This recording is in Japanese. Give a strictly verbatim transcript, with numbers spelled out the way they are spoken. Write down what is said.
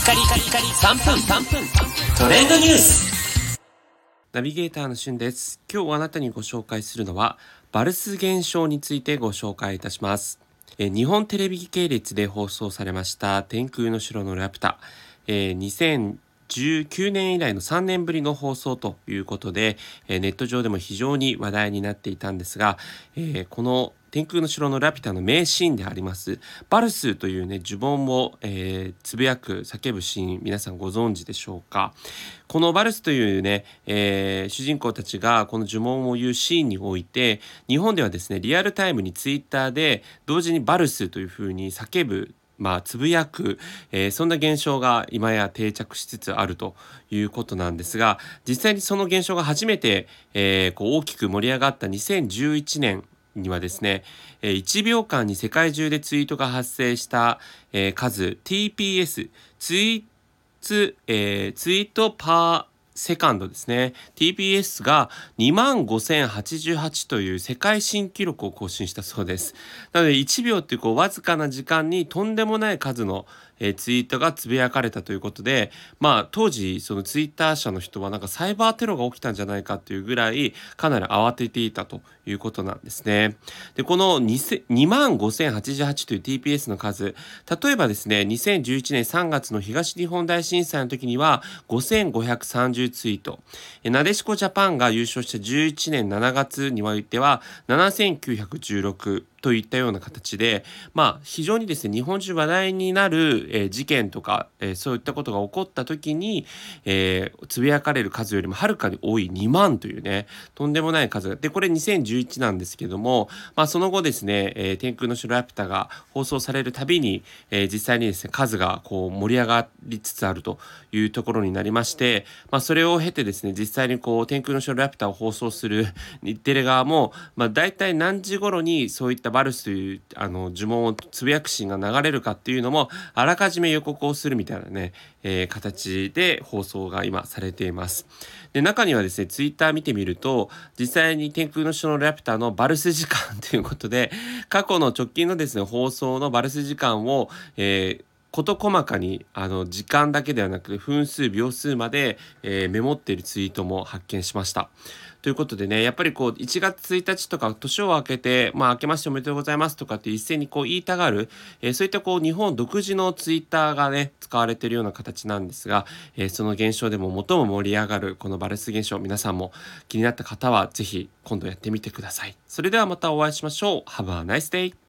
カリカリカリさんぷんさんぷんトレンドニュース。 ナビゲーターのしゅんです。今日あなたにご紹介するのはバルス現象についてご紹介いたします。え日本テレビ系列で放送されました天空の城のラピュタ、えー、にせんじゅうきゅうねん以来のさんねんぶりの放送ということで、えー、ネット上でも非常に話題になっていたんですが、えー、この天空の城のラピュタの名シーンでありますバルスというね呪文を、えー、つぶやく叫ぶシーン、皆さんご存知でしょうか。このバルスというね、えー、主人公たちがこの呪文を言うシーンにおいて、日本ではですねリアルタイムにツイッターで同時にバルスというふうに叫ぶ、まあ、つぶやく、えー、そんな現象が今や定着しつつあるということなんですが、実際にその現象が初めて、えー、こう大きく盛り上がったにせんじゅういちねんにはですね、いちびょうかんに世界中でツイートが発生した、えー、数 ティーピーエス ツイート、えー、ツイートパーセカンドですね。ティーピーエス がにまんごせんはちじゅうはちという世界新記録を更新したそうです。なのでいちびょうっていうこうわずかな時間にとんでもない数の、えー、ツイートがつぶやかれたということで、まあ当時そのツイッター社の人はなんかサイバーテロが起きたんじゃないかというぐらいかなり慌てていたということなんですね。でこのにまんごせんはちじゅうはちという ティーピーエス の数、例えばですねにせんじゅういちねんさんがつの東日本大震災の時にはごせんごひゃくさんじゅうツイート、なでしこジャパンが優勝したじゅういちねんしちがつにおいてはななせんきゅうひゃくじゅうろくといったような形で、まあ非常にですね日本中話題になる、えー、事件とか、えー、そういったことが起こった時に、えー、つぶやかれる数よりもはるかに多いにまんというねとんでもない数で、これにせんじゅういちなんですけども、まあその後ですね、えー、天空の城ラピュタが放送されるたびに、えー、実際にですね数がこう盛り上がりつつあるというところになりまして、まあそれを経てですね実際にこう天空の城ラピュタを放送する日テレ側も、まあ大体何時頃にそういったバルスというあの呪文をつぶやくシーンが流れるかっていうのもあらかじめ予告をするみたいなね、えー、形で放送が今されています。で中にはですねツイッター見てみると、実際に天空の城のラピュタのバルス時間ということで過去の直近のですね放送のバルス時間を、えー事細かにあの時間だけではなく分数秒数まで、えー、メモっているツイートも発見しました。ということでね、やっぱりこういちがつついたちとか年を明けて、まあ明けましておめでとうございますとかって一斉にこう言いたがる、えー、そういったこう日本独自のツイッターがね使われているような形なんですが、えー、その現象でも最も盛り上がるこのバルス現象、皆さんも気になった方はぜひ今度やってみてください。それではまたお会いしましょう。Have a nice day!